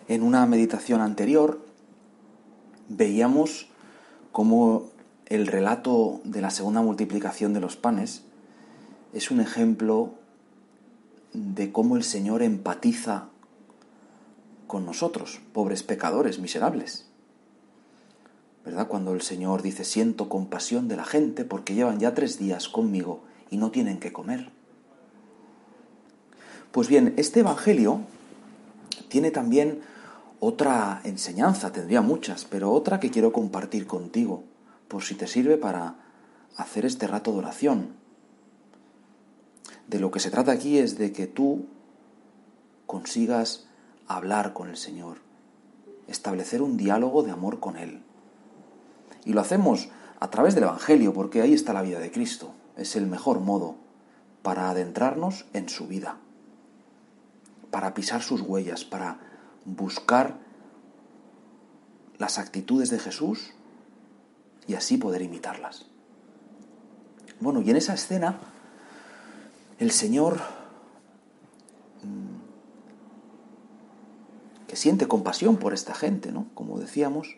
En una meditación anterior veíamos cómo el relato de la segunda multiplicación de los panes es un ejemplo de cómo el Señor empatiza con nosotros, pobres pecadores, miserables. ¿Verdad? Cuando el Señor dice: siento compasión de la gente porque llevan ya 3 días conmigo y no tienen que comer. Pues bien, este Evangelio tiene también otra enseñanza, tendría muchas, pero otra que quiero compartir contigo, por si te sirve para hacer este rato de oración. De lo que se trata aquí es de que tú consigas hablar con el Señor, establecer un diálogo de amor con Él. Y lo hacemos a través del Evangelio, porque ahí está la vida de Cristo. Es el mejor modo para adentrarnos en su vida, para pisar sus huellas, para buscar las actitudes de Jesús y así poder imitarlas. Bueno, y en esa escena el Señor, que siente compasión por esta gente, ¿no? Como decíamos,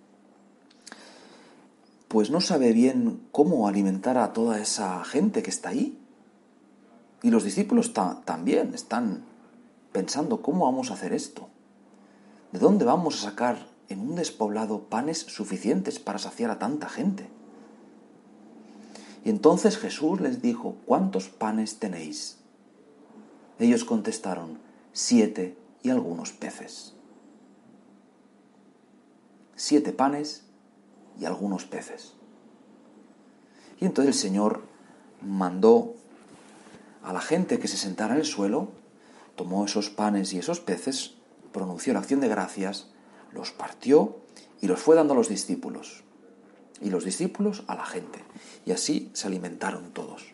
pues no sabe bien cómo alimentar a toda esa gente que está ahí. Y los discípulos también están pensando: ¿cómo vamos a hacer esto? ¿De dónde vamos a sacar en un despoblado panes suficientes para saciar a tanta gente? Y entonces Jesús les dijo: ¿cuántos panes tenéis? Ellos contestaron: 7 y algunos peces. 7 panes y algunos peces. Y entonces el Señor mandó a la gente que se sentara en el suelo, tomó esos panes y esos peces, pronunció la acción de gracias, los partió y los fue dando a los discípulos. Y los discípulos a la gente. Y así se alimentaron todos.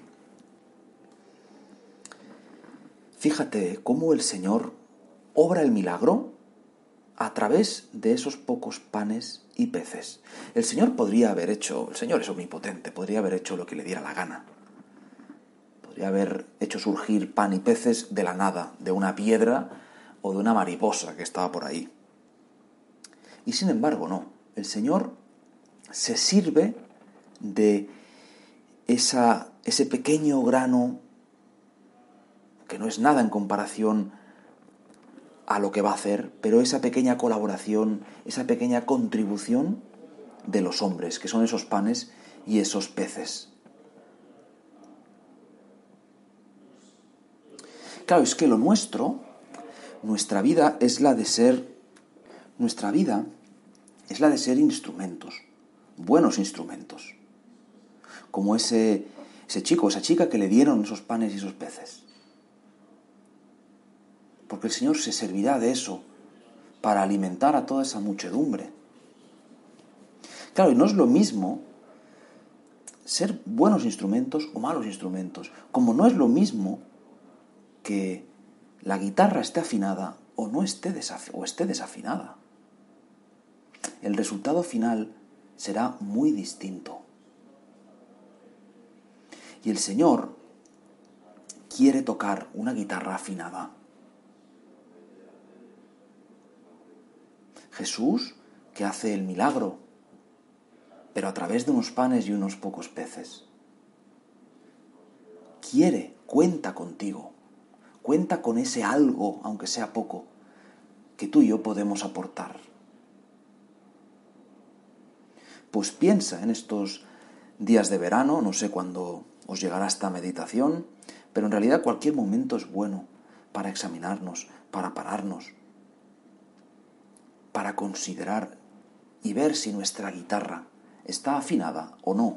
Fíjate cómo el Señor obra el milagro a través de esos pocos panes y peces. El Señor es omnipotente, podría haber hecho lo que le diera la gana. Podría haber hecho surgir pan y peces de la nada, de una piedra o de una mariposa que estaba por ahí. Y sin embargo, no. El Señor se sirve de ese pequeño grano, que no es nada en comparación a lo que va a hacer, pero esa pequeña colaboración, esa pequeña contribución de los hombres, que son esos panes y esos peces. Claro, es que nuestra vida es la de ser instrumentos, buenos instrumentos, como ese chico, esa chica que le dieron esos panes y esos peces. Porque el Señor se servirá de eso para alimentar a toda esa muchedumbre. Claro, y no es lo mismo ser buenos instrumentos o malos instrumentos, como no es lo mismo que la guitarra esté afinada o no esté desafinada. El resultado final será muy distinto. Y el Señor quiere tocar una guitarra afinada. Jesús, que hace el milagro, pero a través de unos panes y unos pocos peces. Cuenta contigo, cuenta con ese algo, aunque sea poco, que tú y yo podemos aportar. Pues piensa en estos días de verano, no sé cuándo os llegará esta meditación, pero en realidad cualquier momento es bueno para examinarnos, para pararnos, para considerar y ver si nuestra guitarra está afinada o no.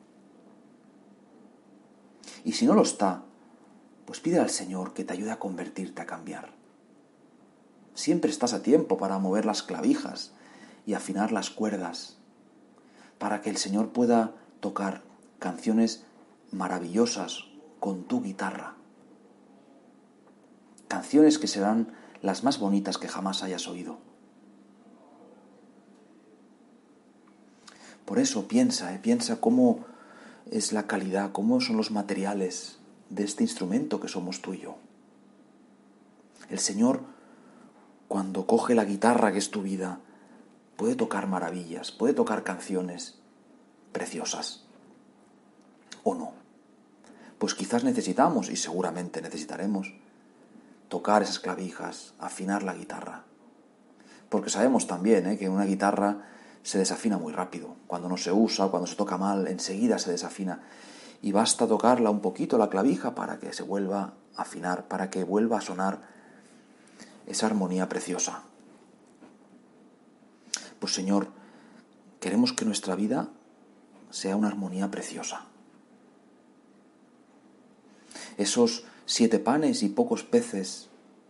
Y si no lo está, pues pide al Señor que te ayude a convertirte, a cambiar. Siempre estás a tiempo para mover las clavijas y afinar las cuerdas, para que el Señor pueda tocar canciones maravillosas con tu guitarra. Canciones que serán las más bonitas que jamás hayas oído. Por eso piensa cómo es la calidad, cómo son los materiales de este instrumento que somos tú y yo. El Señor cuando coge la guitarra que es tu vida, puede tocar maravillas, puede tocar canciones preciosas. ¿O no? Pues quizás necesitamos, y seguramente necesitaremos, tocar esas clavijas, afinar la guitarra. Porque sabemos también que una guitarra se desafina muy rápido. Cuando no se usa, cuando se toca mal, enseguida se desafina. Y basta tocarla un poquito la clavija para que se vuelva a afinar, para que vuelva a sonar esa armonía preciosa. Pues Señor, queremos que nuestra vida sea una armonía preciosa. Esos 7 panes y pocos peces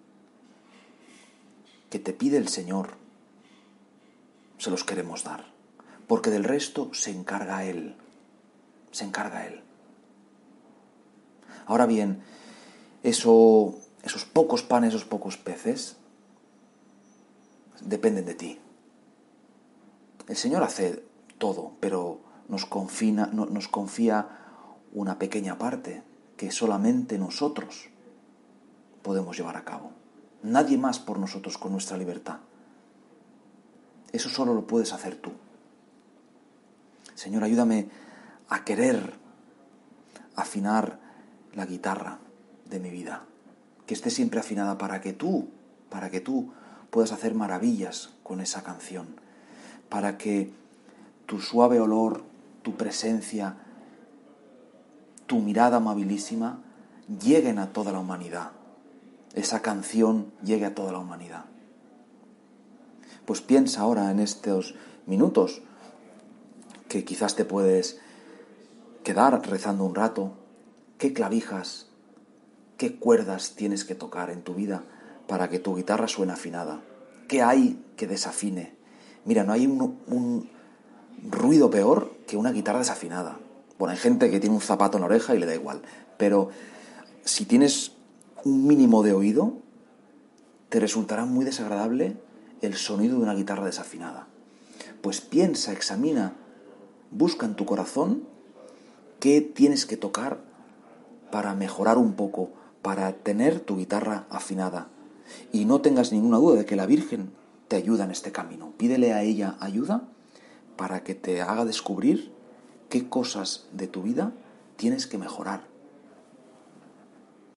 que te pide el Señor, se los queremos dar, porque del resto se encarga Él. Se encarga Él. Ahora bien, esos pocos panes, esos pocos peces, dependen de ti. El Señor hace todo, pero nos confía una pequeña parte que solamente nosotros podemos llevar a cabo. Nadie más por nosotros con nuestra libertad. Eso solo lo puedes hacer tú. Señor, ayúdame a querer afinar la guitarra de mi vida, que esté siempre afinada para que tú puedas hacer maravillas con esa canción, para que tu suave olor, tu presencia, tu mirada amabilísima lleguen a toda la humanidad. Esa canción llegue a toda la humanidad. Pues piensa ahora en estos minutos que quizás te puedes quedar rezando un rato, qué clavijas, qué cuerdas tienes que tocar en tu vida para que tu guitarra suene afinada. ¿Qué hay que desafine? Mira, no hay un ruido peor que una guitarra desafinada. Bueno, hay gente que tiene un zapato en la oreja y le da igual, pero si tienes un mínimo de oído, te resultará muy desagradable el sonido de una guitarra desafinada. Pues piensa, examina, busca en tu corazón qué tienes que tocar para mejorar un poco, para tener tu guitarra afinada. Y no tengas ninguna duda de que la Virgen te ayuda en este camino. Pídele a ella ayuda para que te haga descubrir qué cosas de tu vida tienes que mejorar,